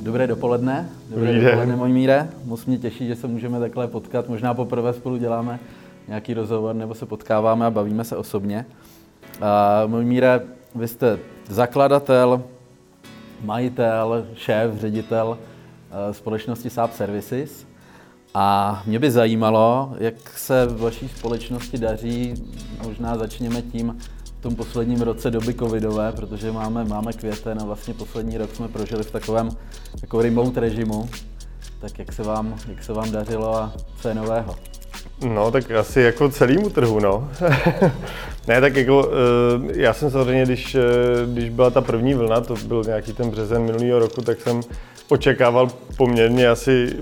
Dobré dopoledne, Mojmíre. Moc mě těší, že se můžeme takhle potkat. Možná poprvé spolu děláme nějaký rozhovor nebo se potkáváme a bavíme se osobně. Mojmíre, vy jste zakladatel, majitel, šéf, ředitel společnosti Saab Services. A mě by zajímalo, jak se v vaší společnosti daří, možná začněme tím, v tom posledním roce doby covidové, protože máme květen a vlastně poslední rok jsme prožili v takovém jako remote režimu. Tak jak se vám dařilo a co je nového? No, tak asi jako celýmu trhu, no. Ne, tak jako já jsem samozřejmě, když byla ta první vlna, to byl nějaký ten březen minulého roku, tak jsem očekával poměrně asi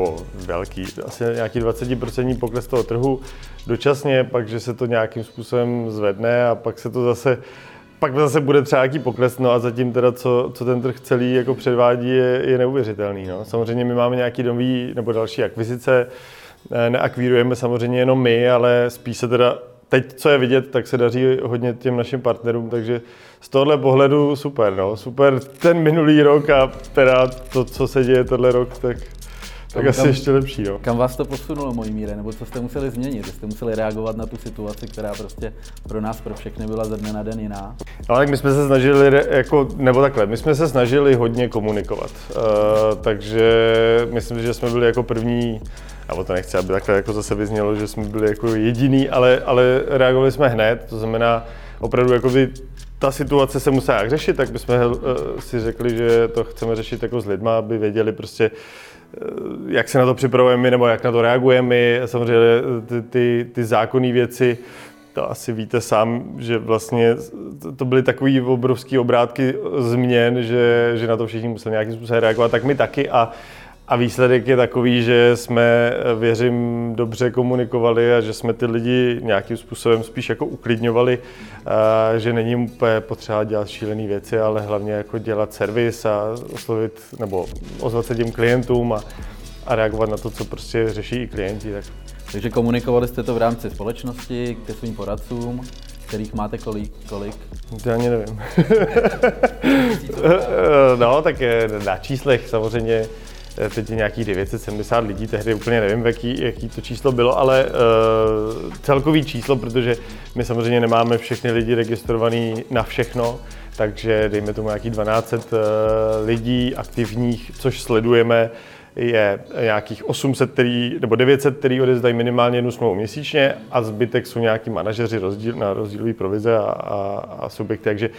nějaký 20% pokles toho trhu dočasně, pak, že se to nějakým způsobem zvedne a pak zase bude třeba nějaký pokles, no a zatím teda, co ten trh celý jako předvádí, je neuvěřitelný, no. Samozřejmě my máme nějaký nový nebo další akvizice, neakvírujeme samozřejmě jenom my, ale spíš se teda teď, co je vidět, tak se daří hodně těm našim partnerům, takže z tohohle pohledu super, no. Super ten minulý rok a teda to, co se děje tenhle rok, tak asi ještě lepší, no. Kam vás to posunulo, Mojmíre, nebo co jste museli změnit? Jste museli reagovat na tu situaci, která prostě pro nás, pro všechny byla ze dne na den jiná? No, tak my jsme se snažili, my jsme se snažili hodně komunikovat, takže myslím, že jsme byli jako první, nebo to nechci, aby takhle jako zase vyznělo, že jsme byli jako jediný, ale reagovali jsme hned, to znamená opravdu jakoby ta situace se musela jak řešit, tak bychom si řekli, že to chceme řešit jako s lidma, aby věděli prostě, jak se na to připravujeme my, nebo jak na to reagujeme my. Samozřejmě ty zákonné věci, to asi víte sám, že vlastně to byly takový obrovský obrátky změn, že na to všichni museli nějakým způsobem reagovat, tak my taky. A výsledek je takový, že jsme, věřím, dobře komunikovali a že jsme ty lidi nějakým způsobem spíš jako uklidňovali, že není úplně potřeba dělat šílené věci, ale hlavně jako dělat servis a oslovit nebo ozvat se těm klientům a reagovat na to, co prostě řeší i klienti. Takže komunikovali jste to v rámci společnosti ke svým poradcům, kterých máte kolik? To ani nevím. No, tak na číslech samozřejmě. Teď je nějakých 970 lidí, tehdy úplně nevím, jaký to číslo bylo, ale celkový číslo, protože my samozřejmě nemáme všechny lidi registrovaný na všechno, takže dejme tomu nějakých 1200 lidí aktivních, což sledujeme, je nějakých 900, který odevzdají minimálně jednu smlouvu měsíčně a zbytek jsou nějaký manažeři na rozdílové provize a subjekty, takže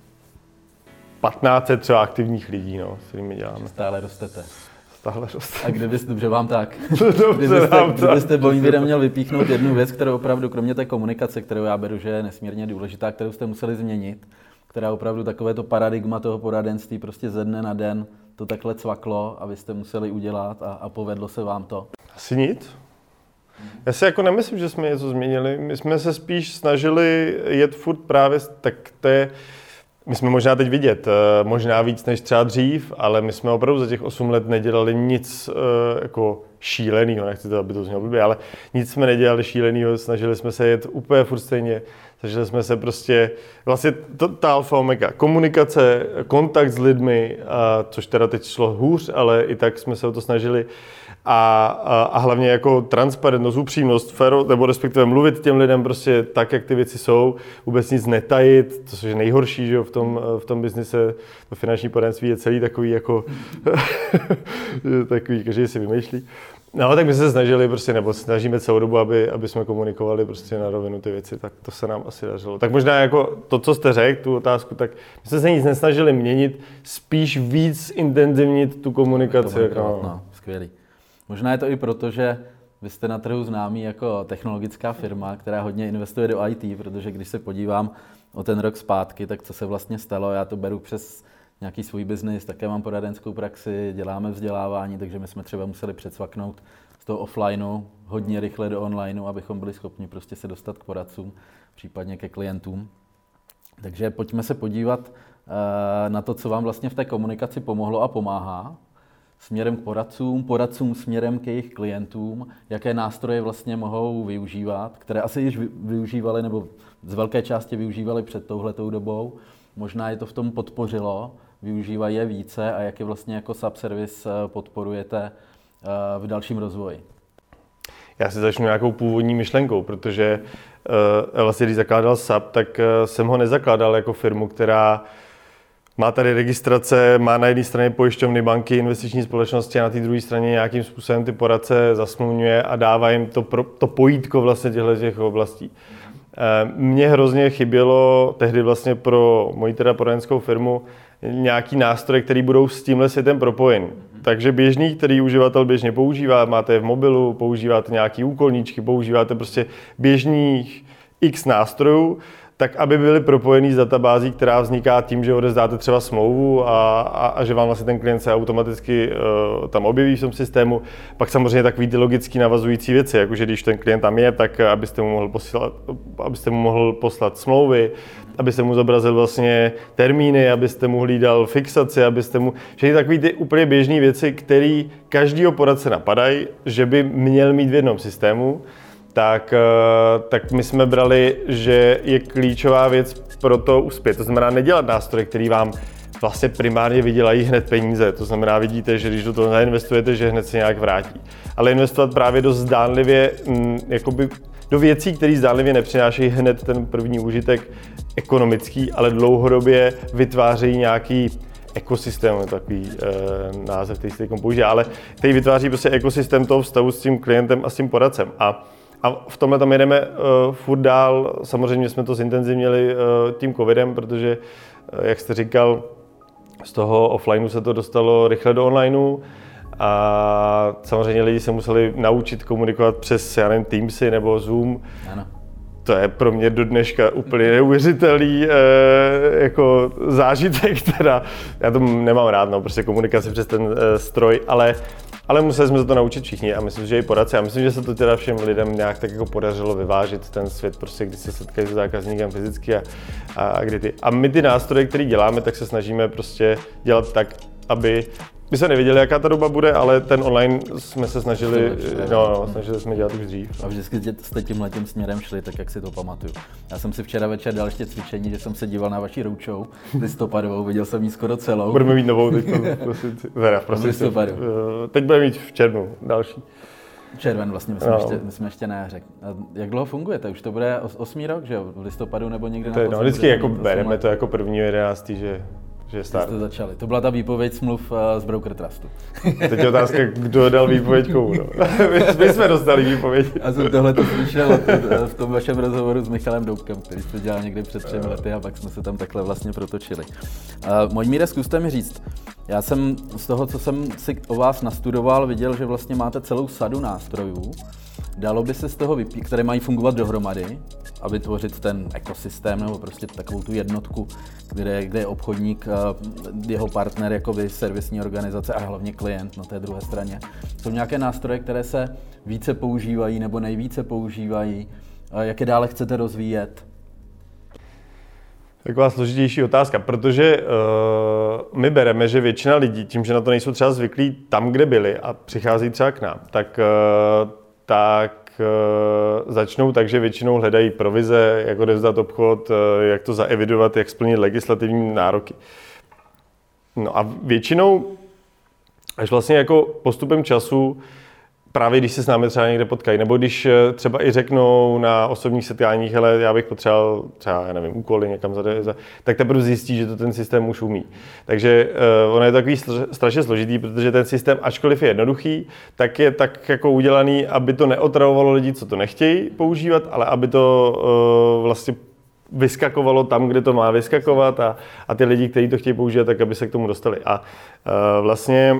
1500 třeba aktivních lidí, no, s kterými děláme. Stále rostete. A dobře vám tak. Kdybyste Mojmíre měl vypíchnout jednu věc, kterou opravdu, kromě té komunikace, kterou já beru, že je nesmírně důležitá, kterou jste museli změnit, která opravdu takové to paradigma toho poradenství prostě ze dne na den to takhle cvaklo a vy jste museli udělat a povedlo se vám to? Asi nic. Já si jako nemyslím, že jsme něco změnili. My jsme se spíš snažili jet furt právě, tak to je. My jsme možná teď vidět, možná víc než třeba dřív, ale my jsme opravdu za těch 8 let nedělali nic jako šílenýho, nechci to, aby to znělo blbě, ale nic jsme nedělali šílenýho, snažili jsme se jet úplně furt stejně, snažili jsme se prostě, vlastně ta alfa omega, komunikace, kontakt s lidmi, což teda teď šlo hůř, ale i tak jsme se o to snažili. A hlavně jako transparentnost, upřímnost, nebo respektive mluvit těm lidem prostě tak, jak ty věci jsou, vůbec nic netajit, což je nejhorší, že jo, v tom biznise, to finanční poradenství je celý takový jako, takový, každý si vymýšlí. No, tak my se snažili prostě, nebo snažíme celou dobu, aby jsme komunikovali prostě na rovinu ty věci, tak to se nám asi dařilo. Tak možná jako to, co jste řekl, tu otázku, tak my jsme se nic nesnažili měnit, spíš víc intenzivnit tu komunikaci. No, skvělý. Možná je to i proto, že vy jste na trhu známí jako technologická firma, která hodně investuje do IT, protože když se podívám o ten rok zpátky, tak co se vlastně stalo, já to beru přes nějaký svůj biznis, také mám poradenskou praxi, děláme vzdělávání, takže my jsme třeba museli přecvaknout z toho offlineu hodně rychle do onlineu, abychom byli schopni prostě se dostat k poradcům, případně ke klientům. Takže pojďme se podívat na to, co vám vlastně v té komunikaci pomohlo a pomáhá. Směrem k poradcům směrem k jejich klientům, jaké nástroje vlastně mohou využívat, které asi již využívali nebo z velké části využívali před touhletou dobou. Možná je to v tom podpořilo, využívají je více a jak je vlastně jako subservice podporujete v dalším rozvoji? Já si začnu nějakou původní myšlenkou, protože vlastně když zakládal SAP, tak jsem ho nezakládal jako firmu, která má tady registrace, má na jedné straně pojišťovny, banky, investiční společnosti a na té druhé straně nějakým způsobem ty poradce zasmluvňuje a dává jim to pojítko vlastně těch oblastí. Mně hrozně chybělo tehdy vlastně pro moji teda poradenskou firmu nějaký nástroje, které budou s tímhle světem propojen. Takže běžný, který uživatel běžně používá, máte je v mobilu, používáte nějaký úkolníčky, používáte prostě běžných x nástrojů, tak aby byly propojený s databází, která vzniká tím, že odevzdáte třeba smlouvu a že vám vlastně ten klient se automaticky tam objeví v tom systému. Pak samozřejmě takový ty logicky navazující věci, jakože když ten klient tam je, tak abyste mu mohl poslat smlouvy, abyste mu zobrazil vlastně termíny, abyste mu hlídal fixaci, všechny takové ty úplně běžné věci, které každýho poradce napadají, že by měl mít v jednom systému. Tak my jsme brali, že je klíčová věc pro to uspět. To znamená nedělat nástroje, který vám vlastně primárně vydělají hned peníze. To znamená, vidíte, že když do toho zainvestujete, že hned se nějak vrátí. Ale investovat právě do zdánlivě, do věcí, které zdánlivě nepřinášejí hned ten první užitek ekonomický, ale dlouhodobě vytvářejí nějaký ekosystém, takový název, který se používá, ale který vytváří prostě ekosystém toho vztahu s tím klientem a s tím poradcem. A v tomhle tam jedeme furt dál. Samozřejmě jsme to zintenzivnili tím covidem, protože, jak jste říkal, z toho offlineu se to dostalo rychle do onlineu a samozřejmě lidi se museli naučit komunikovat přes, Teamsy nebo Zoom. Ano. To je pro mě do dneška úplně neuvěřitelný jako zážitek, teda já to nemám rád, prostě komunikaci přes ten stroj, ale museli jsme se to naučit všichni a myslím, že i poradci. A myslím, že se to teda všem lidem nějak tak jako podařilo vyvážit ten svět, prostě když se setkají s zákazníkem fyzicky a my ty nástroje, které děláme, tak se snažíme prostě dělat tak, aby my jsme nevěděli, jaká ta doba bude, ale ten online jsme se snažili jsme dělat už dřív. A vždycky jste tímhletím směrem šli, tak jak si to pamatuju. Já jsem si včera večer dal ještě cvičení, že jsem se díval na vaši roadshow listopadovou, viděl jsem ji skoro celou. Budeme mít novou teď v listopadu. Teď budeme mít v červnu další. Červen vlastně, my jsme ještě neřekli. Jak dlouho fungujete? Už to bude 8. rok, že jo? V listopadu nebo někde na podzim? Vždycky jako bereme to jako 1.11., že jste začali. To byla ta výpověď smluv z Broker Trustu. Teď je otázka, kdo dal výpověď komu. No. My jsme dostali výpověď. A jsem tohle to slyšel v tom vašem rozhovoru s Michalem Doubkem, který jste dělal někdy před 3 lety a pak jsme se tam takhle vlastně protočili. Mojmíre, zkuste mi říct, já jsem z toho, co jsem si o vás nastudoval, viděl, že vlastně máte celou sadu nástrojů. Dalo by se z toho které mají fungovat dohromady a vytvořit ten ekosystém nebo prostě takovou tu jednotku, kde je obchodník, jeho partner, jako vy, servisní organizace a hlavně klient na té druhé straně. Jsou nějaké nástroje, které se více používají nebo nejvíce používají? Jak je dále chcete rozvíjet? Taková složitější otázka, protože my bereme, že většina lidí, tím, že na to nejsou třeba zvyklí tam, kde byli a přichází třeba k nám, tak začnou tak, že většinou hledají provize, jak odevzdat obchod, jak to zaevidovat, jak splnit legislativní nároky. No a většinou, až vlastně jako postupem času, právě když se s námi třeba někde potkají, nebo když třeba i řeknou na osobních setkáních, hele, já bych potřeboval třeba, úkoly někam tak teprve zjistí, že to ten systém už umí. Takže ono je takový strašně složitý, protože ten systém, ačkoliv je jednoduchý, tak je tak jako udělaný, aby to neotravovalo lidi, co to nechtějí používat, ale aby to vlastně vyskakovalo tam, kde to má vyskakovat a ty lidi, kteří to chtějí používat, tak aby se k tomu dostali. A vlastně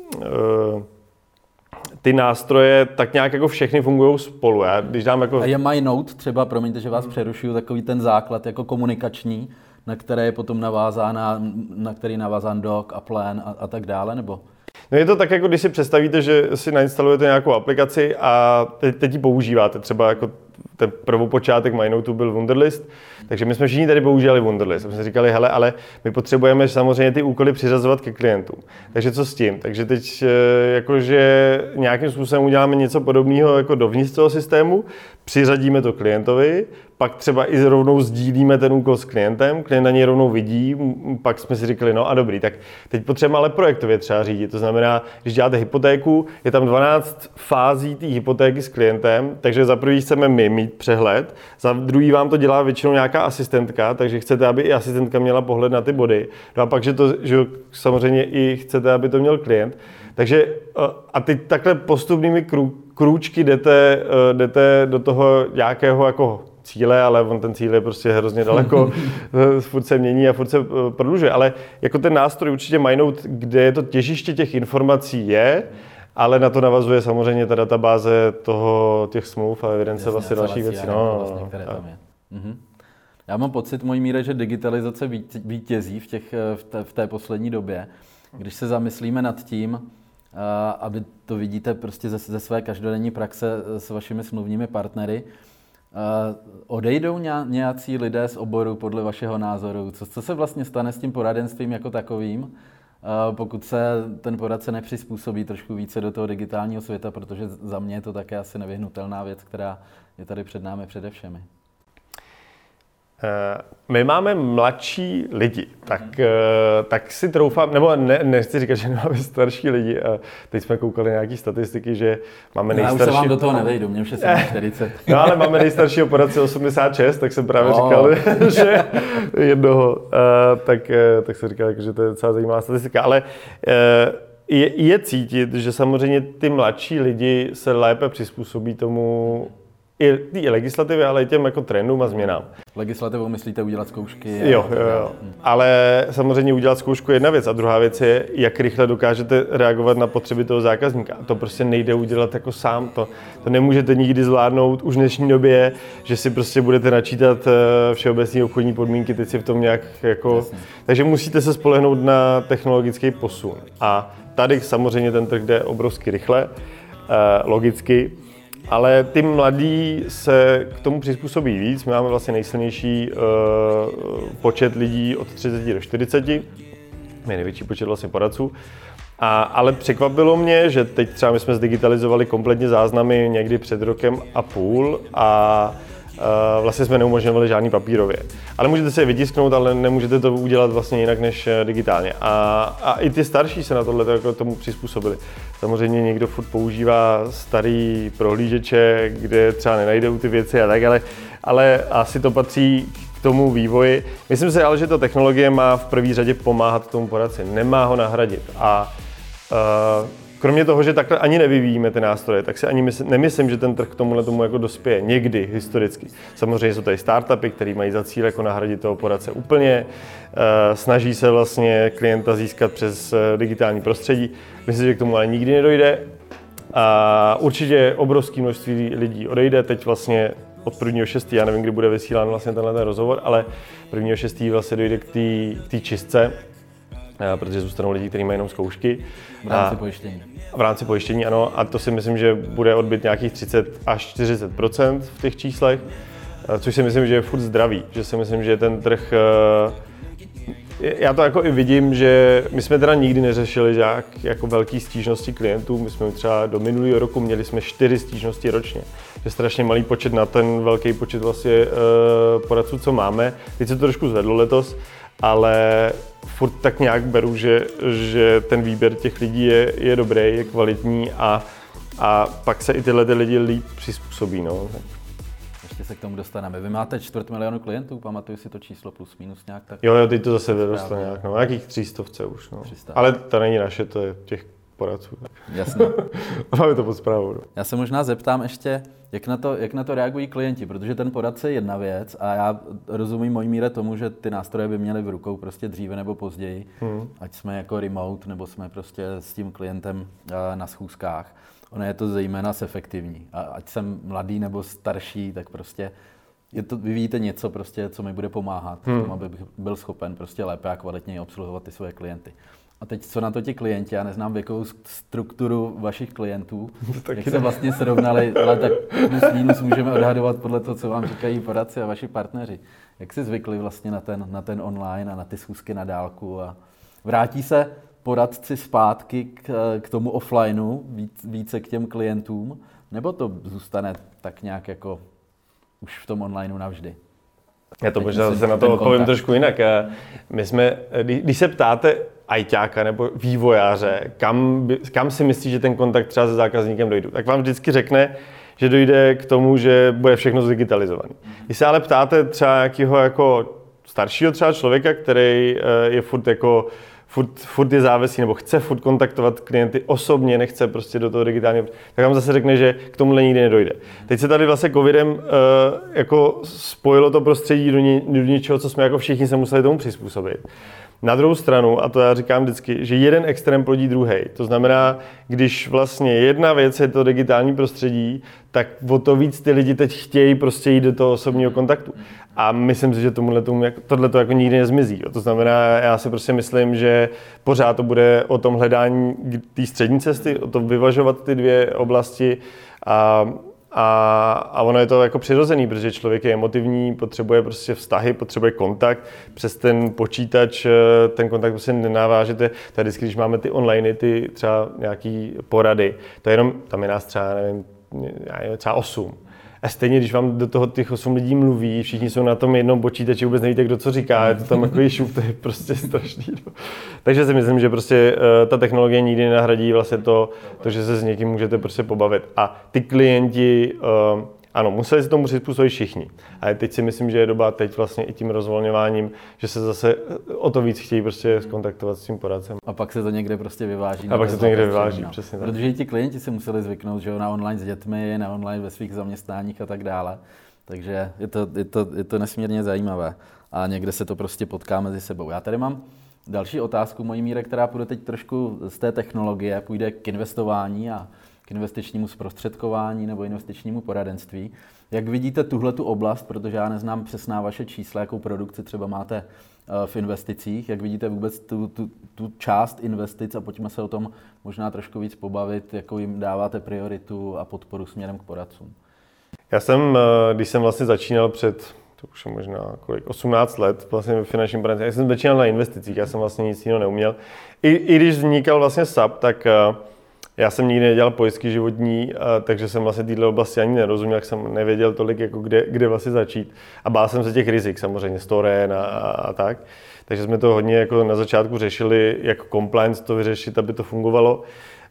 ty nástroje tak nějak jako všechny fungují spolu. Když dám jako... A je MyNote třeba, promiňte, že vás přerušuju, takový ten základ jako komunikační, na které je potom na který je navázán doc a plan a tak dále, nebo? No je to tak, jako když si představíte, že si nainstalujete nějakou aplikaci a teď ji používáte. Třeba jako ten prvopočátek MyNote byl Wunderlist, takže my jsme všichni tady používali Wunderlist. A my jsme říkali, hele, ale my potřebujeme samozřejmě ty úkoly přiřazovat ke klientům. Takže co s tím? Takže teď jakože nějakým způsobem uděláme něco podobného jako dovnitř toho systému, přiřadíme to klientovi, pak třeba i rovnou sdílíme ten úkol s klientem, klient na něj rovnou vidí, pak jsme si říkali, no a dobrý, tak teď potřebujeme ale projektově třeba řídit. To znamená, když děláte hypotéku, je tam 12 fází té hypotéky s klientem, takže za prvý chceme my mít přehled, za druhý vám to dělá většinou nějaká asistentka, takže chcete, aby i asistentka měla pohled na ty body. No a pak, že samozřejmě i chcete, aby to měl klient. Takže a teď takhle postupnými krůčky jdete do toho nějakého jako cíle, ale on ten cíl je prostě hrozně daleko, furt se mění a furt se prodlužuje. Ale jako ten nástroj určitě MyNote, kde je to těžiště těch informací je, ale na to navazuje samozřejmě ta databáze těch smluv a evidence vlastně dalších věcí. Které tam je. Já mám pocit, mojí míře, že digitalizace vítězí v té poslední době. Když se zamyslíme nad tím, a vy to vidíte prostě ze své každodenní praxe s vašimi smluvními partnery, odejdou nějací lidé z oboru podle vašeho názoru? Co se vlastně stane s tím poradenstvím jako takovým, pokud se ten poradce nepřizpůsobí trošku více do toho digitálního světa, protože za mě je to také asi nevyhnutelná věc, která je tady před námi přede všemi. My máme mladší lidi, tak si troufám, nebo nechci říkat, že nemáme starší lidi. Teď jsme koukali nějaké statistiky, že máme nejstarší... Já už se vám do toho nevejdu, mě už je 40. No ale máme nejstaršího poradce 86, tak jsem právě říkal, že jednoho, tak jsem říkal, že to je docela zajímavá statistika, ale je cítit, že samozřejmě ty mladší lidi se lépe přizpůsobí tomu i té legislativě, ale i těm jako trendům a změnám. Legislativou myslíte udělat zkoušky? Jo. Ale samozřejmě udělat zkoušku je jedna věc a druhá věc je, jak rychle dokážete reagovat na potřeby toho zákazníka. To prostě nejde udělat jako sám. To nemůžete nikdy zvládnout už v dnešní době, že si prostě budete načítat všeobecné obchodní podmínky, teď si v tom nějak jako... Jasně. Takže musíte se spolehnout na technologický posun. A tady samozřejmě ten trh jde obrovsky rychle, logicky. Ale ty mladí se k tomu přizpůsobí víc. My máme vlastně nejsilnější počet lidí od 30 do 40. My největší počet vlastně poradců. Ale překvapilo mě, že teď třeba my jsme zdigitalizovali kompletně záznamy někdy před rokem a půl a vlastně jsme neumožňovali žádný papírově. Ale můžete se je vytisknout, ale nemůžete to udělat vlastně jinak než digitálně. A i ty starší se na tohle jako tomu přizpůsobili. Samozřejmě někdo furt používá starý prohlížeče, kde třeba nenajdou ty věci a tak, ale asi to patří k tomu vývoji. Myslím si ale, že ta technologie má v první řadě pomáhat tomu poradci, nemá ho nahradit. Kromě toho, že takhle ani nevyvíjíme ty nástroje, tak si ani nemyslím, že ten trh k tomu jako dospěje někdy historicky. Samozřejmě jsou tady startupy, které mají za cíl jako nahradit toho poradce úplně, snaží se vlastně klienta získat přes digitální prostředí. Myslím, že k tomu ale nikdy nedojde. A určitě obrovské množství lidí odejde. Teď vlastně od 1.6., já nevím, kdy bude vysílán vlastně tenhle ten rozhovor, ale 1.6. vlastně dojde k té čistce, protože zůstanou lidi, kteří mají jenom zkoušky. V rámci pojištění. V rámci pojištění, ano. A to si myslím, že bude odbyt nějakých 30 až 40% v těch číslech, což si myslím, že je furt zdravý. Že si myslím, že ten trh... Já to jako i vidím, že my jsme teda nikdy neřešili jako velký stížnosti klientů. My jsme třeba do minulého roku měli jsme 4 stížnosti ročně. To je strašně malý počet na ten velký počet vlastně poradců, co máme. Teď se to trošku zvedlo letos, ale furt tak nějak beru, že ten výběr těch lidí je dobrý, je kvalitní a pak se i tyhle lidi líp přizpůsobí. No. Ještě se k tomu dostaneme. Vy máte 250 000 klientů, pamatuju si to číslo plus minus nějak tak? Jo, teď to zase vyrostlo nějak, no, nějakých 300 už. No. 300. Ale to není naše, to je těch poradců. Jasně. Máme to pod správou. No. Já se možná zeptám ještě, jak na to reagují klienti, protože ten poradce je jedna věc a já rozumím mojí míře tomu, že ty nástroje by měly v rukou prostě dříve nebo později, ať jsme jako remote, nebo jsme prostě s tím klientem na schůzkách. Ono je to zejména efektivní. A ať jsem mladý nebo starší, tak prostě vyvíjíte něco, prostě, co mi bude pomáhat, tomu, abych byl schopen prostě lépe a kvalitněji obsluhovat ty svoje klienty. A teď co na to ti klienti? Já neznám věkovou strukturu vašich klientů. Jak se vlastně srovnali, ale tak minus můžeme odhadovat podle toho, co vám říkají poradci a vaši partneři. Jak si zvykli vlastně na ten online a na ty schůzky na dálku? A vrátí se poradci zpátky k tomu offlineu, více k těm klientům? Nebo to zůstane tak nějak jako už v tom onlineu navždy? Já to možná zase na to odpovím trošku jinak. My jsme, když se ptáte ajťáka nebo vývojáře, kam si myslí, že ten kontakt třeba se zákazníkem dojde, tak vám vždycky řekne, že dojde k tomu, že bude všechno zdigitalizované. Když se ale ptáte třeba nějakého jako staršího třeba člověka, který je furt je závislý nebo chce furt kontaktovat klienty osobně, nechce prostě do toho digitálního, tak vám zase řekne, že k tomuhle nikdy nedojde. Teď se tady vlastně covidem jako spojilo to prostředí do něčeho, co jsme jako všichni se museli tomu přizpůsobit. Na druhou stranu, a to já říkám vždycky, že jeden extrém plodí druhej. To znamená, když vlastně jedna věc je to digitální prostředí, tak o to víc ty lidi teď chtějí prostě jít do toho osobního kontaktu. A myslím si, že tohle to jako nikdy nezmizí. To znamená, já si prostě myslím, že pořád to bude o tom hledání té střední cesty, o tom vyvažovat ty dvě oblasti a ono je to jako přirozený, protože člověk je emotivní, potřebuje prostě vztahy, potřebuje kontakt. Přes ten počítač ten kontakt prostě nenavážete. Tady vždycky, když máme ty online, ty třeba nějaký porady, to je jenom, tam je nás třeba, nevím, třeba 8. A stejně, když vám do toho těch 8 lidí mluví, všichni jsou na tom jednom počítači, vůbec nevíte, kdo co říká, je to tam takový šup, to je prostě strašný. No. Takže si myslím, že prostě ta technologie nikdy nenahradí vlastně to, že se s někým můžete prostě pobavit. A ty klienti, ano, museli se tomu přizpůsobit všichni. Ale teď si myslím, že je doba teď vlastně i tím rozvolňováním, že se zase o to víc chtějí prostě skontaktovat s tím poradcem. A pak se to někde prostě vyváží. A pak se to někde vyváží, přesně tak. Protože i ti klienti si museli zvyknout, že na online s dětmi, na online ve svých zaměstnáních a tak dále. Takže je to nesmírně zajímavé. A někde se to prostě potká mezi sebou. Já tady mám další otázku, mojí Míre, která půjde teď trošku z té technologie, půjde k investování a k investičnímu zprostředkování nebo investičnímu poradenství. Jak vidíte tuhletu oblast, protože já neznám přesná vaše čísla, jakou produkci třeba máte v investicích, jak vidíte vůbec tu část investic a pojďme se o tom možná trošku víc pobavit, jakou jim dáváte prioritu a podporu směrem k poradcům. Já jsem, když jsem vlastně začínal před to už je možná 18 let vlastně ve finančním poradenství. Já jsem začínal na investicích, já jsem vlastně nic jiného neuměl. I když vznikal vlastně SAP, tak já jsem nikdy nedělal pojistky životní, takže jsem vlastně této oblasti ani nerozuměl, jak jsem nevěděl tolik, jako kde vlastně začít. A bál jsem se těch rizik, samozřejmě storen a tak. Takže jsme to hodně jako na začátku řešili, jak compliance to vyřešit, aby to fungovalo.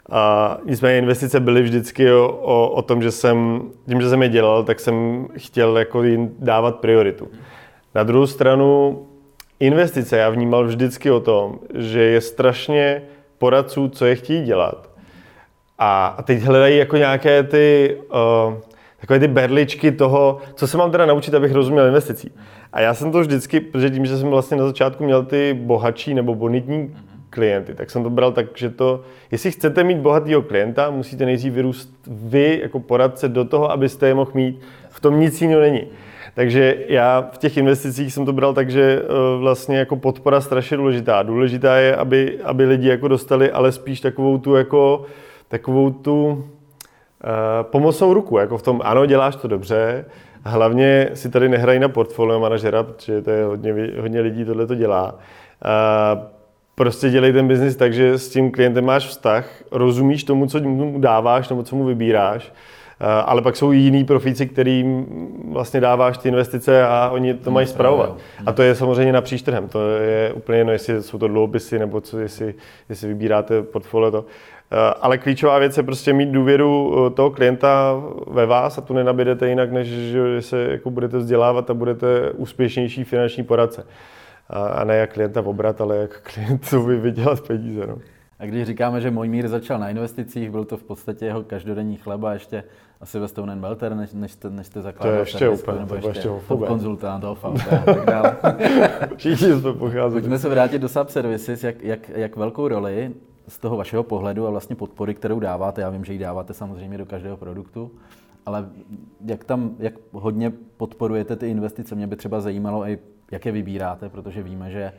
A nicméně investice byly vždycky o tom, že tím, že jsem je dělal, tak jsem chtěl jako jim dávat prioritu. Na druhou stranu investice já vnímal vždycky o tom, že je strašně poradců, co je chtějí dělat. A teď hledají jako nějaké takové ty berličky toho, co se mám teda naučit, abych rozuměl investicí. A já jsem to vždycky, protože tím, že jsem vlastně na začátku měl ty bohatší nebo bonitní klienty, tak jsem to bral tak, že jestli chcete mít bohatýho klienta, musíte nejdřív vyrůst vy jako poradce do toho, abyste je mohl mít. V tom nic jiného není. Takže já v těch investicích jsem to bral tak, že vlastně jako podpora strašně důležitá. Důležitá je, aby lidi jako dostali ale spíš takovou tu pomocnou ruku, jako v tom, ano, děláš to dobře, hlavně si tady nehrají na portfolio manažera, protože to je hodně lidí tohle to dělá. Prostě dělej ten biznis tak, že s tím klientem máš vztah, rozumíš tomu, co mu dáváš nebo co mu vybíráš, ale pak jsou jiní profíci, kterým vlastně dáváš ty investice a oni to mají spravovat. A to je samozřejmě napříč trhem. To je úplně jedno, jestli jsou to dluhopisy nebo jestli vybíráte portfolio. Ale klíčová věc je prostě mít důvěru toho klienta ve vás a tu nenabídete jinak, než že se jako budete vzdělávat a budete úspěšnější finanční poradce. A ne jak klienta obrat, ale jak klientovi vydělat peníze. No. A když říkáme, že Mojmír začal na investicích, byl to v podstatě jeho každodenní chleba, ještě asi ve Stone & Belter, než jste zakládal. To je ještě úplně, nebo ještě top konzultant, OVP a tak dále. Všichni jsme pocházeli. Pojďme se vrátit do SAP Services, jak velkou roli z toho vašeho pohledu a vlastně podpory, kterou dáváte, já vím, že ji dáváte samozřejmě do každého produktu, ale jak hodně podporujete ty investice, mě by třeba zajímalo i jak je vybíráte, protože víme, že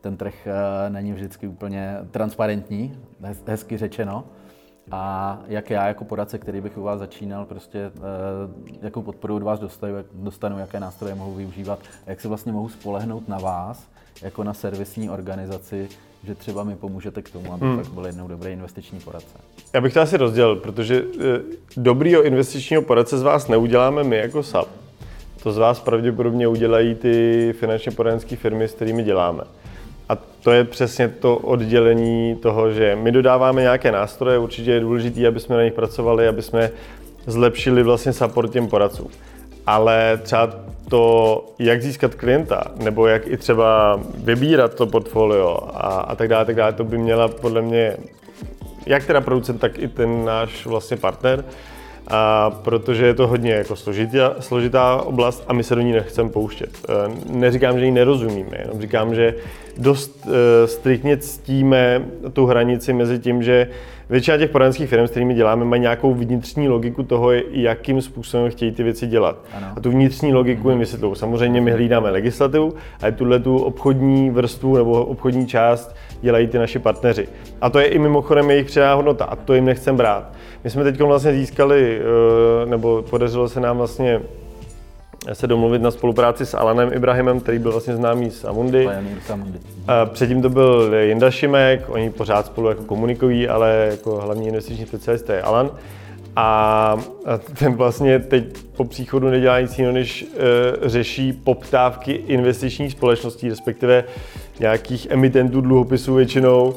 ten trh není vždycky úplně transparentní, hezky řečeno. A jak já jako poradce, který bych u vás začínal, prostě jakou podporu od vás dostanu, jaké nástroje mohu využívat, a jak se vlastně mohu spolehnout na vás, jako na servisní organizaci, že třeba mi pomůžete k tomu, aby fakt byl jednou dobrý investiční poradce. Já bych to asi rozdělil, protože dobrýho investičního poradce z vás neuděláme my jako SAP. To z vás pravděpodobně udělají ty finančně poradenské firmy, s kterými děláme. A to je přesně to oddělení toho, že my dodáváme nějaké nástroje, určitě je důležité, aby jsme na nich pracovali, aby jsme zlepšili vlastně support těm poradcům. Ale třeba to, jak získat klienta, nebo jak i třeba vybírat to portfolio a tak dále, to by měla podle mě jak teda producent, tak i ten náš vlastně partner, protože je to hodně jako složitá oblast a my se do ní nechceme pouštět. Neříkám, že ji nerozumíme, jenom říkám, že dost striktně ctíme tu hranici mezi tím, že většina těch poradenských firm, s kterými děláme, mají nějakou vnitřní logiku toho, jakým způsobem chtějí ty věci dělat. Ano. A tu vnitřní logiku jim vysvětlují. Samozřejmě my hlídáme legislativu, ale tu obchodní vrstvu nebo obchodní část dělají ty naši partneři. A to je i mimochodem jejich přidaná hodnota a to jim nechceme brát. My jsme teď vlastně získali, nebo podařilo se nám vlastně se domluvit na spolupráci s Alanem Ibrahimem, který byl vlastně známý z Amundi. Předtím to byl Jinda Šimek, oni pořád spolu jako komunikují, ale jako hlavní investiční specialista je Alan. A ten vlastně teď po příchodu nedělá nic jiného, než řeší poptávky investičních společností, respektive nějakých emitentů dluhopisů většinou.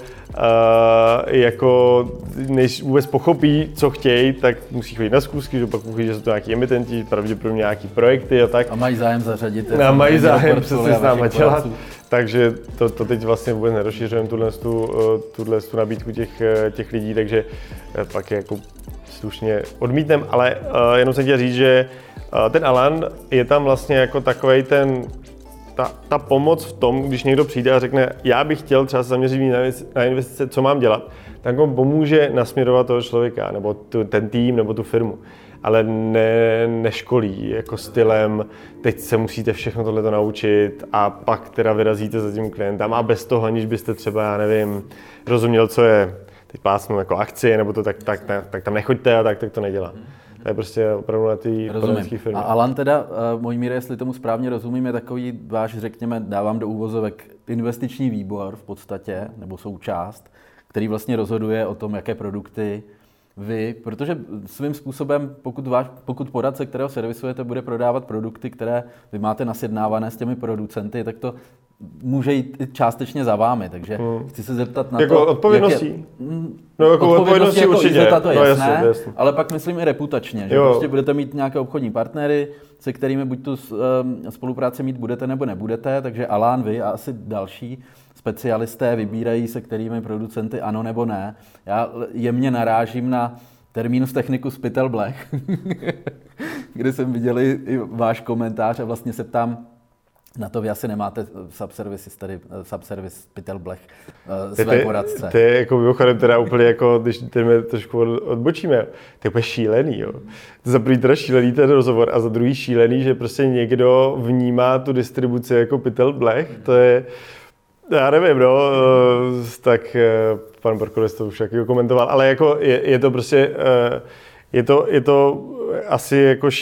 Jako než vůbec pochopí, co chtějí, tak musí chodit na zkusky, že pak pochopí, že jsou to nějaký emitenti, pravděpodobě nějaký projekty a tak. A mají zájem zařadit. A mají zájem přesně s náma dělat. Takže to teď vlastně vůbec nerozšiřujeme tuhle nabídku těch lidí, takže pak je jako slušně odmítnem, ale jenom jsem chtěl říct, že ten Alan je tam vlastně jako takovej ta pomoc v tom, když někdo přijde a řekne, já bych chtěl třeba se zaměřit na investice, co mám dělat, tak on pomůže nasměrovat toho člověka, nebo ten tým, nebo tu firmu. Ale neškolí jako stylem, teď se musíte všechno tohleto naučit a pak teda vyrazíte za tím klientem a bez toho, aniž byste třeba, já nevím, rozuměl, co je teď plácnu jako akcie, nebo to tak tam nechoďte a tak to nedělá. To je prostě opravdu na té poradenské firmy. A Alan teda, Mojmíre, jestli tomu správně rozumím, je takový váš, řekněme, dávám do úvozovek, investiční výbor v podstatě, nebo součást, který vlastně rozhoduje o tom, jaké produkty vy, protože svým způsobem, pokud poradce, kterého servisujete, bude prodávat produkty, které vy máte nasjednávané s těmi producenty, tak to může jít částečně za vámi, takže chci se zeptat na jako to, odpovědností? Odpovědností jako určitě. Izeta, to je jasné, jasně. Ale pak myslím i reputačně, že prostě budete mít nějaké obchodní partnery, se kterými buď tu spolupráci mít budete nebo nebudete, takže Alan, vy a asi další specialisté vybírají, se kterými producenty ano nebo ne. Já jemně narážím na terminus technicus pytel blech, kde jsem viděl i váš komentář a vlastně se ptám, na to vy asi nemáte subservice pytel blech své poradce. To je jako mimochodem teda úplně jako, když teď trošku odbočíme, to je úplně šílený, jo. To za první teda šílený ten rozhovor a za druhý šílený, že prostě někdo vnímá tu distribuci jako pytel blech, to je, já nevím, no, tak pan Borkoles to už taky komentoval, ale jako je to prostě, je to asi jako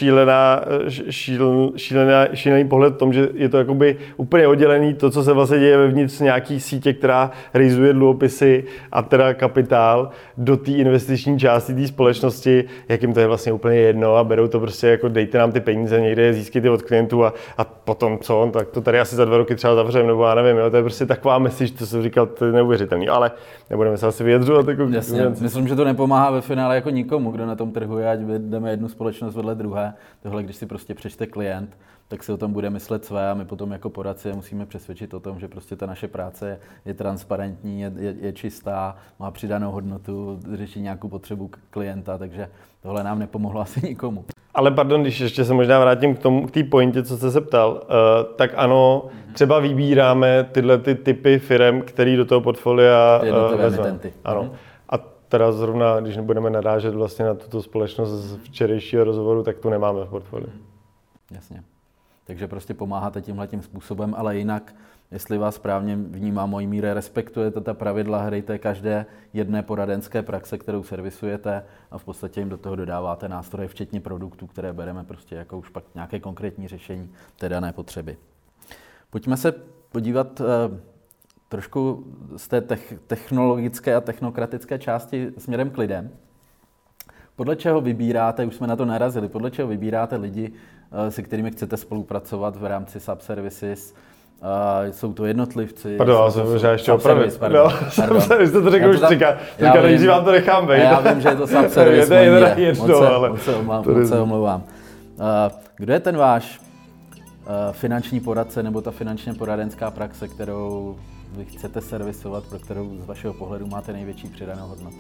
šílený pohled v tom, že je to jakoby úplně oddělený to, co se vlastně děje vevnitř nějaký sítě, která rejzuje dluhopisy a teda kapitál do té investiční části té společnosti, jak jim to je vlastně úplně jedno a berou to prostě jako dejte nám ty peníze, někde je získejte od klientů a potom co, tak to tady asi za 2 roky třeba zavřeme, nebo já nevím, jo, to je prostě taková message, to jsem říkal, to je neuvěřitelný, ale nebudeme se asi vyjadřovat. Jako jasně, myslím, že to nepomáhá ve finále jako nikomu, kdo na tom trhu je, ať jdeme jednu společnost vedle druhé. Tohle, když si prostě přečte klient, tak si o tom bude myslet své a my potom jako poradci musíme přesvědčit o tom, že prostě ta naše práce je transparentní, je čistá, má přidanou hodnotu, řeší nějakou potřebu klienta, takže tohle nám nepomohlo asi nikomu. Ale pardon, když ještě se možná vrátím k té pointě, co jste se ptal, tak ano, třeba vybíráme tyhle ty typy firem, který do toho portfolia vezmeme. Ano. A teda zrovna, když nebudeme narážet vlastně na tuto společnost z včerejšího rozhovoru, tak tu nemáme v portfoliu. Jasně. takže prostě pomáháte tímhletím způsobem, ale jinak, jestli vás správně vnímá Mojmíre, respektujete ta pravidla hry té každé jedné poradenské praxe, kterou servisujete a v podstatě jim do toho dodáváte nástroje, včetně produktů, které bereme prostě jako už pak nějaké konkrétní řešení té dané potřeby. Pojďme se podívat trošku z té technologické a technokratické části směrem k lidem. Podle čeho vybíráte, už jsme na to narazili, podle čeho vybíráte lidi, se kterými chcete spolupracovat v rámci Subservices? Jsou to jednotlivci? Pardon, já ještě opravit. Jste to řekl už říká, nejdřív vám to nechám být. Já vím, že je to Subservice, moc se omlouvám. Kdo je ten váš finanční poradce nebo ta finančně poradenská praxe, kterou vy chcete servisovat, pro kterou z vašeho pohledu máte největší přidanou hodnotu?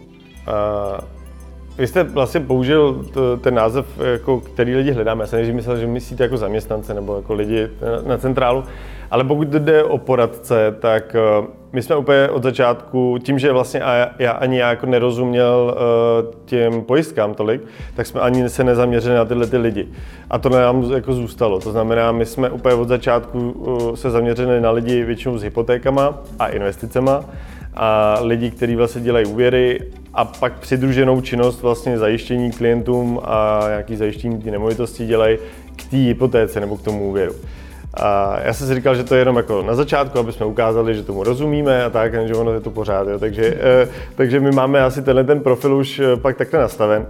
Vy jste vlastně použil ten název, jako, který lidi hledáme. Já jsem nejdřív myslel, že myslíte jako zaměstnance nebo jako lidi na centrálu. Ale pokud jde o poradce, tak my jsme úplně od začátku, tím, že vlastně já jako nerozuměl těm pojistkám tolik, tak jsme ani se nezaměřili na tyhle ty lidi. A to nám jako zůstalo. To znamená, my jsme úplně od začátku se zaměřili na lidi většinou s hypotékama a investicema a lidi, kteří vlastně dělají úvěry a pak přidruženou činnost vlastně zajištění klientům a nějaký zajištění té nemovitosti dělají k té hypotéce nebo k tomu úvěru. A já jsem si říkal, že to je jenom jako na začátku, aby jsme ukázali, že tomu rozumíme a tak, že ono je to pořád. Jo. Takže my máme asi ten profil už pak takhle nastaven.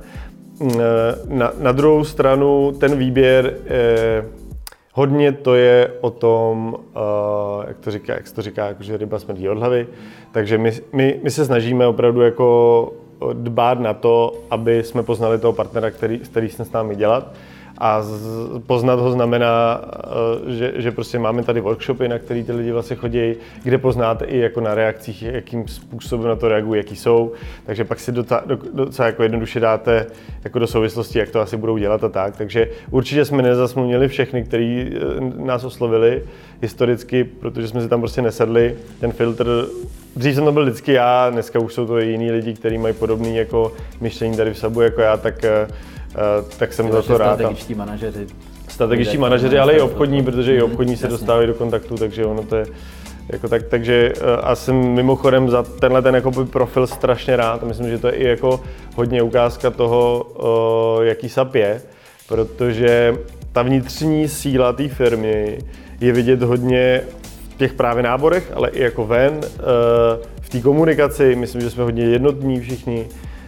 Na druhou stranu ten výběr, hodně to je o tom, jak se to říká, jako, že ryba smrdí od hlavy. Takže my se snažíme opravdu jako dbát na to, aby jsme poznali toho partnera, který se s námi dělat. A poznat ho znamená, že prostě máme tady workshopy, na který ty lidi vlastně chodí, kde poznáte i jako na reakcích, jakým způsobem na to reagují, jaký jsou. Takže pak si docela jako jednoduše dáte jako do souvislosti, jak to asi budou dělat a tak. Takže určitě jsme nezasmluvnili všechny, kteří nás oslovili historicky, protože jsme si tam prostě nesedli. Ten filtr, dřív jsem to byl vždycky já, dneska už jsou to jiní lidi, kteří mají podobné jako myšlení tady v Sabu jako já, tak jsem za to rád. Strategičtí manažeři, ale i obchodní, protože i obchodní se dostávají do kontaktu, takže ono to je jako tak, takže a jsem mimochodem za tenhle profil strašně rád. Myslím, že to je i jako hodně ukázka toho, jaký SAP je, protože ta vnitřní síla té firmy je vidět hodně v těch právě náborech, ale i jako ven, v té komunikaci. Myslím, že jsme hodně jednotní všichni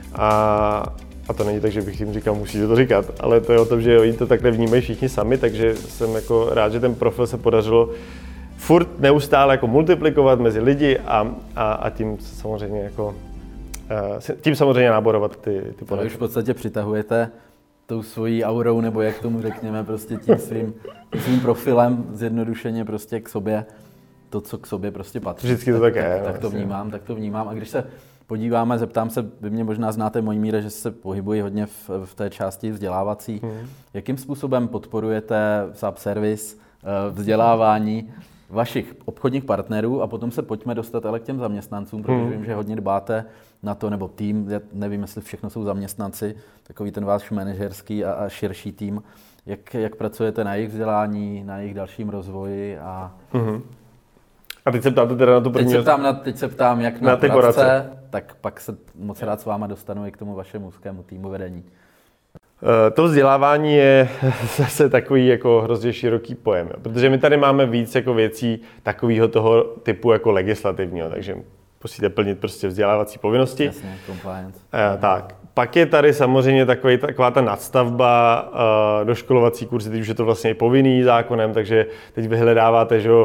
a to není tak, že bych jim říkal, musíte to říkat, ale to je o tom, že oni to takhle vnímají všichni sami, takže jsem jako rád, že ten profil se podařilo furt neustále jako multiplikovat mezi lidi a tím samozřejmě jako tím samozřejmě náborovat ty podařky. Už v podstatě přitahujete tou svojí aurou, nebo jak tomu řekněme, prostě tím svým profilem zjednodušeně prostě k sobě, to, co k sobě prostě patří. Vždycky to tak je. Tak to vnímám. A když se podíváme, zeptám se, vy mě možná znáte, Mojmíre, že se pohybuji hodně v té části vzdělávací. Jakým způsobem podporujete Subservice vzdělávání vašich obchodních partnerů a potom se pojďme dostat ale k těm zaměstnancům, protože vím, že hodně dbáte na to, nebo tým, já nevím, jestli všechno jsou zaměstnanci, takový ten váš manažerský a širší tým. Jak pracujete na jejich vzdělání, na jejich dalším rozvoji a... A teď se ptáte teda na tu první... Teď se ptám, jak na poradce, tak pak se moc rád s váma dostanu i k tomu vašemu úzkému týmu vedení. To vzdělávání je zase takový jako hrozně široký pojem, protože my tady máme víc jako věcí takového toho typu jako legislativního, takže musíte plnit prostě vzdělávací povinnosti. Jasně, compliance. Tak. Pak je tady samozřejmě taková ta nadstavba, doškolovací kurzy, teď už je to vlastně i povinný zákonem, takže teď vyhledáváte, že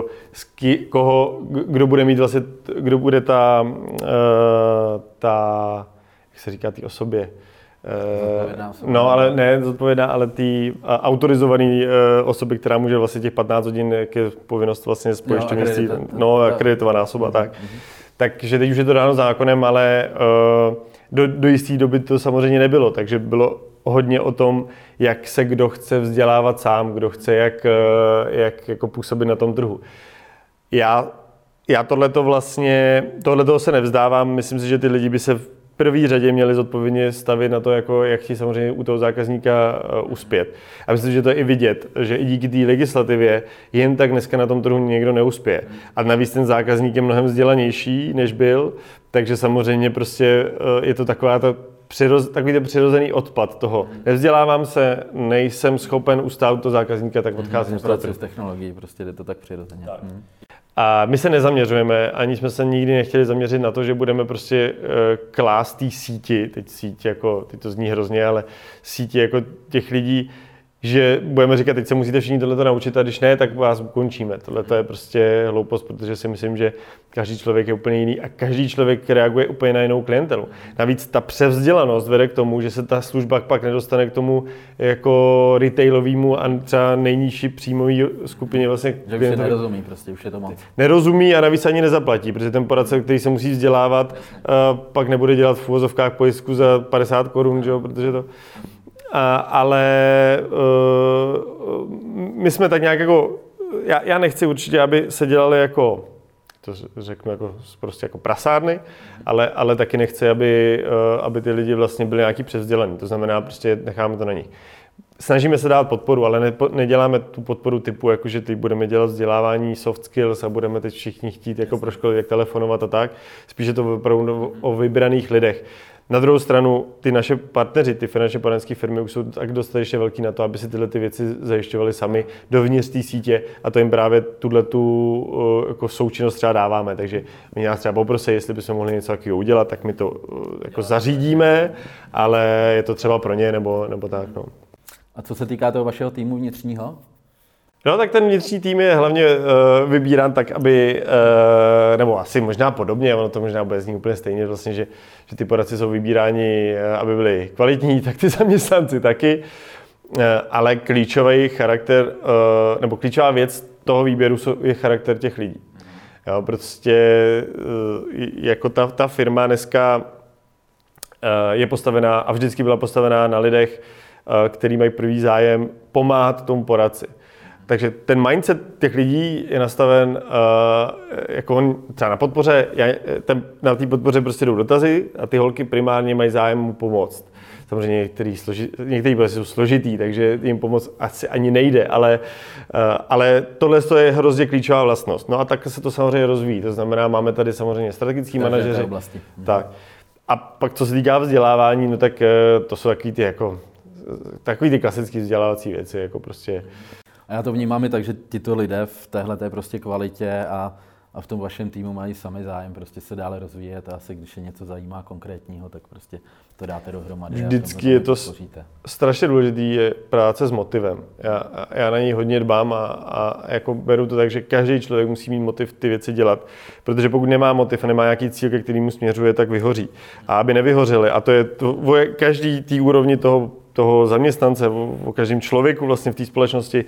kdo bude mít vlastně, kdo bude ta jak se říká, té osobě. No, ale ne zodpovědná, ale ty autorizované osoby, která může vlastně těch 15 hodin, jak je povinnost vlastně z pojišťovnictví, akreditovaná osoba, tak. Takže teď už je to dáno zákonem, ale do jisté doby to samozřejmě nebylo, takže bylo hodně o tom, jak se kdo chce vzdělávat sám, kdo chce jak jako působit na tom trhu. Já tohleto se nevzdávám, myslím si, že ty lidi by se první řadě měli zodpovědně stavět na to, jako jak chtějí samozřejmě u toho zákazníka uspět. A myslím, že to je i vidět, že i díky té legislativě jen tak dneska na tom trhu někdo neuspěje. A navíc ten zákazník je mnohem vzdělanější, než byl, takže samozřejmě prostě je to takový ten přirozený odpad toho. Nevzdělávám se, nejsem schopen ustát toho zákazníka, tak odcházím z práce. Z technologií, prostě jde to tak přirozeně. Tak. A my se nezaměřujeme, ani jsme se nikdy nechtěli zaměřit na to, že budeme prostě klást té síti, teď síť jako, teď to zní hrozně, ale síti jako těch lidí, že budeme říkat, teď se musíte všichni tohleto naučit a když ne, tak vás ukončíme. Tohle je prostě hloupost, protože si myslím, že každý člověk je úplně jiný a každý člověk reaguje úplně na jinou klientelu. Navíc ta převzdělanost vede k tomu, že se ta služba pak nedostane k tomu jako retailovému a třeba nejnižší příjmový skupině vlastně. Že už se nerozumí, prostě už je to moc. Nerozumí a navíc ani nezaplatí, protože ten poradce, který se musí vzdělávat, pak nebude dělat v uvozovkách pojistku za 50 korun, že jo, protože to... Ale my jsme tak nějak jako, já nechci určitě, aby se dělali jako, to řeknu jako, prostě jako prasárny, ale taky nechci, aby ty lidi vlastně byli nějaký převzdělaný, to znamená prostě necháme to na nich. Snažíme se dát podporu, ale neděláme tu podporu typu, jako že teď budeme dělat vzdělávání soft skills a budeme teď všichni chtít jako pro školy, jak telefonovat a tak. Spíš je to opravdu o vybraných lidech. Na druhou stranu, ty naše partneři, ty finančně poradenské firmy už jsou tak dostatečně velký na to, aby si tyhle ty věci zajišťovali sami dovnitř té sítě a to jim právě tu jako součinnost třeba dáváme. Takže my nás třeba poprosí, jestli bychom mohli něco takového udělat, tak my to jako zařídíme, ale je to třeba pro ně nebo tak. No. A co se týká toho vašeho týmu vnitřního? No tak ten vnitřní tým je hlavně vybírán tak, aby, nebo asi možná podobně, ono to možná bude znít úplně stejně, vlastně, že ty poradci jsou vybíráni, aby byli kvalitní, tak ty zaměstnanci taky, ale klíčový charakter, nebo klíčová věc toho výběru je charakter těch lidí. Jo, prostě jako ta firma dneska je postavená a vždycky byla postavená na lidech, který mají první zájem pomáhat tomu poradci. Takže ten mindset těch lidí je nastaven jako on třeba na podpoře, na té podpoře prostě jdou dotazy a ty holky primárně mají zájem mu pomoct. Samozřejmě některý prostě jsou složitý, takže jim pomoct asi ani nejde, ale tohle je hrozně klíčová vlastnost. No a tak se to samozřejmě rozvíjí, to znamená, máme tady samozřejmě strategický manažeři. Tak. A pak co se týká vzdělávání, no tak to jsou takový ty klasické vzdělávací věci, jako prostě. A já to vnímám i tak, že tyto lidé v téhleté prostě kvalitě a v tom vašem týmu mají sami zájem prostě se dále rozvíjet a asi když je něco zajímá konkrétního, tak prostě to dáte dohromady. Vždycky je to strašně důležitý, je práce s motivem. Já na něj hodně dbám a jako beru to tak, že každý člověk musí mít motiv ty věci dělat, protože pokud nemá motiv a nemá nějaký cíl, ke kterému směřuje, tak vyhoří. A aby nevyhořeli, a to je každý tý úrovni toho zaměstnance, o každém člověku vlastně v té společnosti,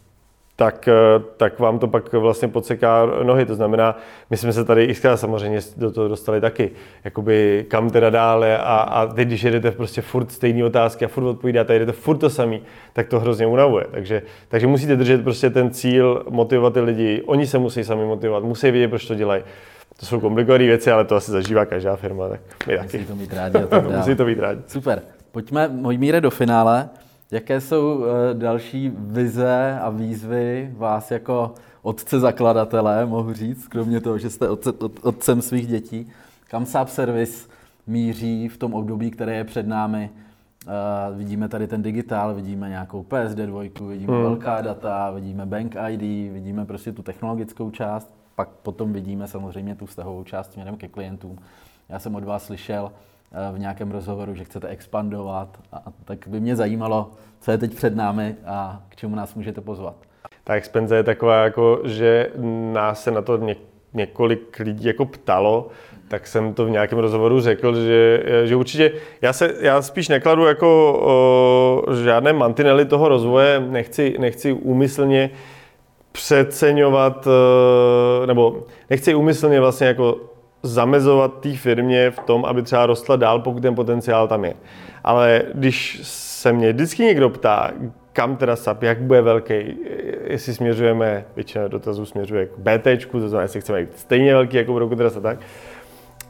tak vám to pak vlastně podseká nohy. To znamená, my jsme se tady i samozřejmě do toho dostali taky, jakoby kam teda dále a teď, když jedete prostě furt stejné otázky a furt odpovídáte, jedete furt to samý, tak to hrozně unavuje. Takže musíte držet prostě ten cíl, motivovat ty lidi, oni se musí sami motivovat, musí vědět, proč to dělají. To jsou komplikované věci, ale to asi zažívá každá firma, tak my taky. Musí to mít rádi a tak dále. Musí to mít rádi. Super. Pojďme, Mojmíre, do finále. Jaké jsou další vize a výzvy vás jako otce zakladatele, mohu říct, kromě toho, že jste otcem svých dětí? Kam SAP Service míří v tom období, které je před námi? Vidíme tady ten digitál, vidíme nějakou PSD2, vidíme velká data, vidíme Bank ID, vidíme prostě tu technologickou část, pak potom vidíme samozřejmě tu vztahovou část směrem ke klientům. Já jsem od vás slyšel v nějakém rozhovoru, že chcete expandovat, a tak by mě zajímalo, co je teď před námi a k čemu nás můžete pozvat. Ta expanze je taková, jako, že nás se na to několik lidí jako ptalo, tak jsem to v nějakém rozhovoru řekl, že určitě, já spíš nekladu jako žádné mantinely toho rozvoje, nechci úmyslně přeceňovat, nebo nechci úmyslně vlastně jako zamezovat té firmě v tom, aby třeba rostla dál, pokud ten potenciál tam je. Ale když se mě vždycky někdo ptá, kam teda SAP, jak bude velký, jestli směřujeme, většina dotazů směřuje k BTčku, to znamená, jestli chceme být stejně velký jako v roku teda tak,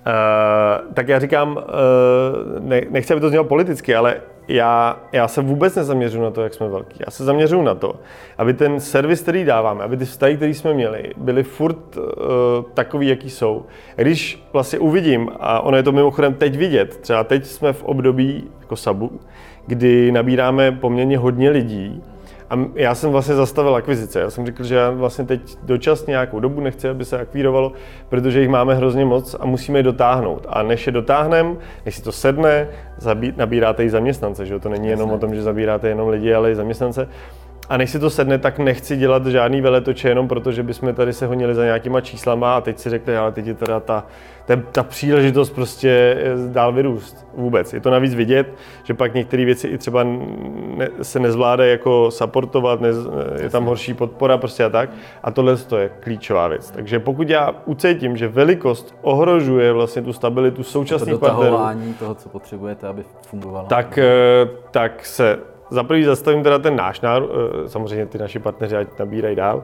Tak já říkám, nechci, aby to znělo politicky, ale já se vůbec nezaměřuji na to, jak jsme velký. Já se zaměřuji na to, aby ten servis, který dáváme, aby ty vztahy, které jsme měli, byly furt takový, jaký jsou. A když vlastně uvidím, a ono je to mimochodem teď vidět, třeba teď jsme v období jako Sabu, kdy nabíráme poměrně hodně lidí, a já jsem vlastně zastavil akvizice. Já jsem řekl, že já vlastně teď dočasně nějakou dobu nechci, aby se akvírovalo, protože jich máme hrozně moc a musíme je dotáhnout. A než je dotáhneme, než si to sedne, nabíráte i zaměstnance, že to není jenom o tom, že zabíráte jenom lidi, ale i zaměstnance. A než si to sedne, tak nechci dělat žádný veletoče jenom proto, že bychom tady se honili za nějakýma číslama a teď si řekli, ale teď je teda ta příležitost prostě dál vyrůst vůbec. Je to navíc vidět, že pak některé věci i třeba se nezvládají jako supportovat, je tam horší podpora prostě a tak. A tohle je klíčová věc. Takže pokud já ucítím, že velikost ohrožuje vlastně tu stabilitu současných partnerů, dotahování toho, co potřebujete, aby fungovalo. Tak se za prvý zastavím teda ten náš národ, samozřejmě ty naši partneři ať nabírají dál,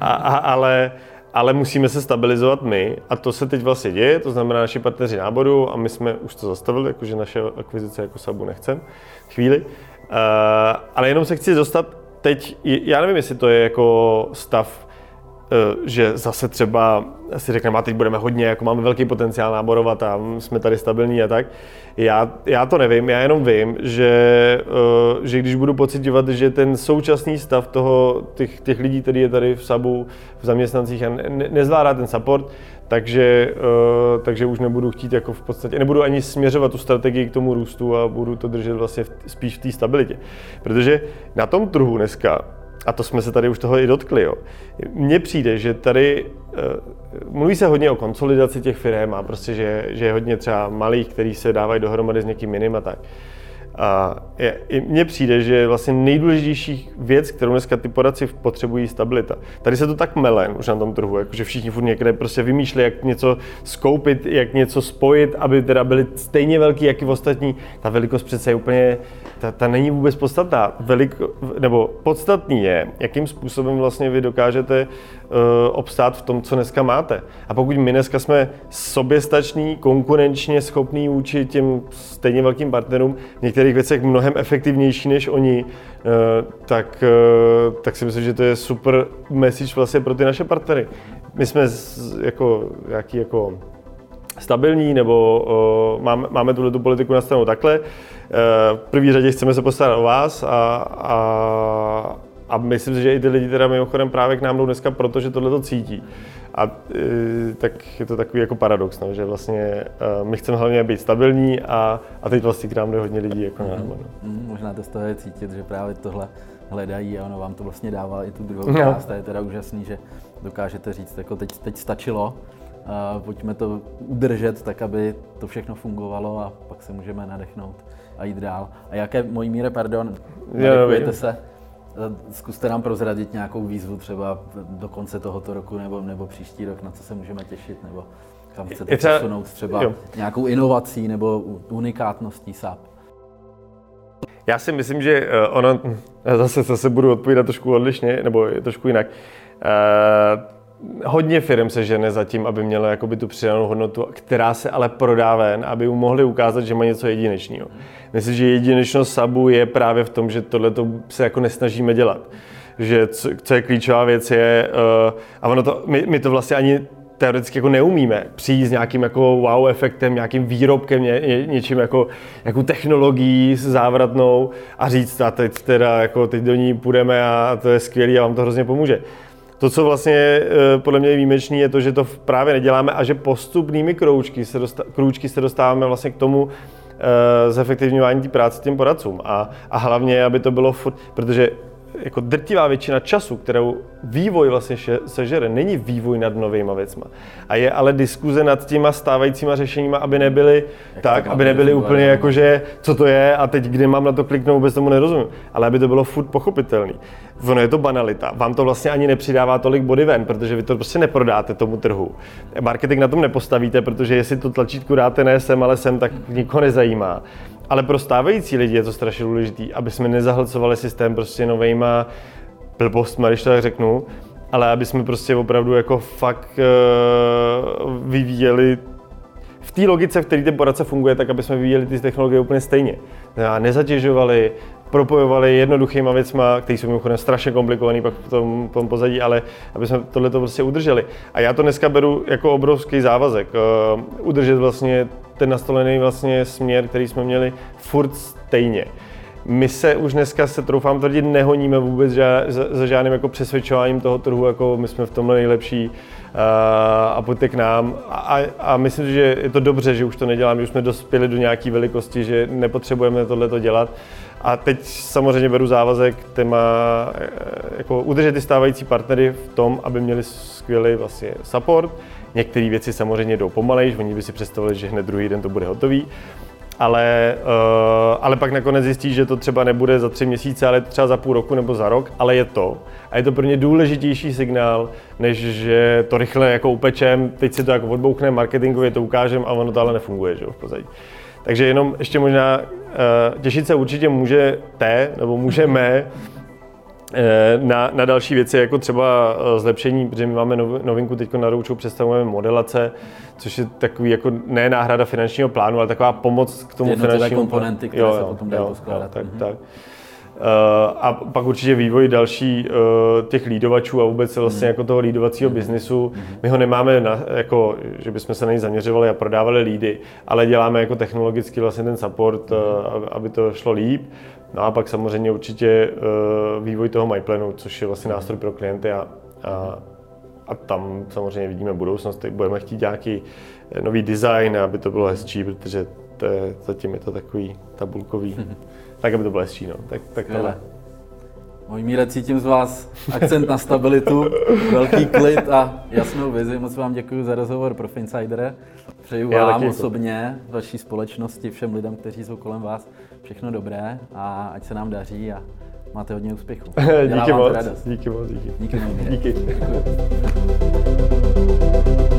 ale musíme se stabilizovat my a to se teď vlastně děje, to znamená naši partneři náboru a my jsme už to zastavili, jakože naše akvizice jako Sabu nechcem chvíli, ale jenom se chci dostat teď, já nevím, jestli to je jako stav, že zase třeba si řekneme, a teď budeme hodně, jako máme velký potenciál náborovat a jsme tady stabilní a tak. Já to nevím, já jenom vím, že když budu pociťovat, že ten současný stav těch lidí, který je tady v Sabu, v zaměstnancích a nezvládá ten support, takže už nebudu chtít jako v podstatě, nebudu ani směřovat tu strategii k tomu růstu a budu to držet vlastně spíš v té stabilitě. Protože na tom trhu dneska, a to jsme se tady už toho i dotkli, jo. Mně přijde, že tady mluví se hodně o konsolidaci těch firem a prostě, že je hodně třeba malých, který se dávají dohromady s někým jiným a tak. A mně přijde, že vlastně nejdůležitější věc, kterou dneska ty poradci potřebují, stabilita. Tady se to tak mele už na tom trhu, jakože všichni furt někde prostě vymýšlí, jak něco skoupit, jak něco spojit, aby teda byly stejně velký, jak i ostatní. Ta velikost přece je úplně, ta není vůbec podstatná. Nebo podstatný je, jakým způsobem vlastně vy dokážete obstát v tom, co dneska máte. A pokud my dneska jsme soběstační, konkurenčně schopní vůči těm stejně velkým partnerům, v některých věcech mnohem efektivnější než oni, tak si myslím, že to je super message vlastně pro ty naše partnery. My jsme jako stabilní, nebo máme tuhle politiku nastavenou takhle. V první řadě chceme se postarat o vás a myslím si, že i ty lidi teda mimochodem právě k nám jdou dneska, protože tohle to cítí. A tak je to takový jako paradox, no, že vlastně my chceme hlavně být stabilní a teď vlastně k nám jde hodně lidí jako nám. Možná to z toho je cítit, že právě tohle hledají a ono vám to vlastně dává i tu druhou část. A je teda úžasný, že dokážete říct, jako teď stačilo, pojďme to udržet tak, aby to všechno fungovalo a pak se můžeme nadechnout a jít dál. A jaké, Mojmíre, pardon, nadechujete se? Zkuste nám prozradit nějakou výzvu třeba do konce tohoto roku nebo příští rok, na co se můžeme těšit, nebo kam chcete posunout třeba nějakou inovací nebo unikátností SAP. Já si myslím, že ono, zase budu odpovídat trošku odlišně, nebo trošku jinak. Hodně firm se žene za tím, aby mělo jakoby tu přidanou hodnotu, která se ale prodá ven, aby mu mohli ukázat, že má něco jedinečného. Myslím, že jedinečnost Sabu je právě v tom, že tohleto se jako nesnažíme dělat. Že co je klíčová věc je, a ono to, my to vlastně ani teoreticky jako neumíme přijít s nějakým jako wow efektem, nějakým výrobkem, něčím jako technologií závratnou a říct, a teď do ní půjdeme a to je skvělý a vám to hrozně pomůže. To, co vlastně podle mě je výjimečný, je to, že to právě neděláme a že postupnými krůčky se dostáváme vlastně k tomu zefektivňování té práce těm poradcům. A hlavně, aby to bylo furt, protože jako drtivá většina času, kterou vývoj vlastně sežere, není vývoj nad novýma věcma. A je ale diskuze nad těma stávajícíma řešeníma, aby nebyly aby nebyly úplně jakože, co to je a teď, kdy mám na to kliknout, vůbec tomu nerozumím. Ale aby to bylo furt pochopitelný. Ono je to banalita. Vám to vlastně ani nepřidává tolik body ven, protože vy to prostě neprodáte tomu trhu. Marketing na tom nepostavíte, protože jestli to tlačítko dáte ne sem, ale sem, tak nikoho nezajímá. Ale pro stávající lidi je to strašně důležitý, aby jsme nezahlcovali systém prostě novejma blbostma, když to tak řeknu, ale aby jsme prostě opravdu jako fakt vyvíjeli v té logice, v které ten poradce funguje, tak aby jsme vyvíjeli ty technologie úplně stejně. A nezatěžovali, propojovali jednoduchýma věcma, které jsou mimochodem strašně komplikovaný pak v tom pozadí, ale aby jsme tohleto prostě udrželi. A já to dneska beru jako obrovský závazek. Udržet vlastně ten nastolený vlastně směr, který jsme měli furt stejně. My se už dneska, se troufám tvrdit, nehoníme vůbec za žádným jako přesvědčováním toho trhu, jako my jsme v tomhle nejlepší a pojďte k nám. A myslím, že je to dobře, že už to neděláme, že už jsme dospěli do nějaké velikosti, že nepotřebujeme tohleto dělat. A teď samozřejmě beru závazek jako udržet ty stávající partnery v tom, aby měli skvělý vlastně support. Některé věci samozřejmě jdou pomalejš, oni by si představili, že hned druhý den to bude hotový. Ale pak nakonec zjistí, že to třeba nebude za 3 měsíce, ale třeba za půl roku nebo za rok, ale je to. A je to pro ně důležitější signál, než že to rychle jako upečem, teď si to jako odbouchneme, marketingově to ukážeme a ono to ale nefunguje, že jo, v pozadí. Takže jenom ještě možná těšit se určitě můžeme na další věci, jako třeba zlepšení, protože my máme novinku teď na Rouču, představujeme modelace, což je takový jako ne náhrada finančního plánu, ale taková pomoc k tomu finančnímu komponenty, které se potom dají poskládat. Tak. A pak určitě vývoj další těch lídovačů a vůbec vlastně jako toho lídovacího biznisu. My ho nemáme jako, že bychom se na něj zaměřovali a prodávali lídy, ale děláme jako technologicky vlastně ten support, aby to šlo líp. No a pak samozřejmě určitě vývoj toho MyPlanu, což je vlastně nástroj pro klienty a tam samozřejmě vidíme budoucnost, budeme chtít nějaký nový design, aby to bylo hezčí, protože zatím je to takový tabulkový, tak aby to bylo hezčí, no. Tak tohle. Mojmíre, cítím z vás akcent na stabilitu, velký klid a jasnou vizi. Moc vám děkuji za rozhovor pro Finsidera. Přeju vám osobně, vaší společnosti, všem lidem, kteří jsou kolem vás, všechno dobré a ať se nám daří a máte hodně úspěchů. Díky moc. Díky. Děkuji.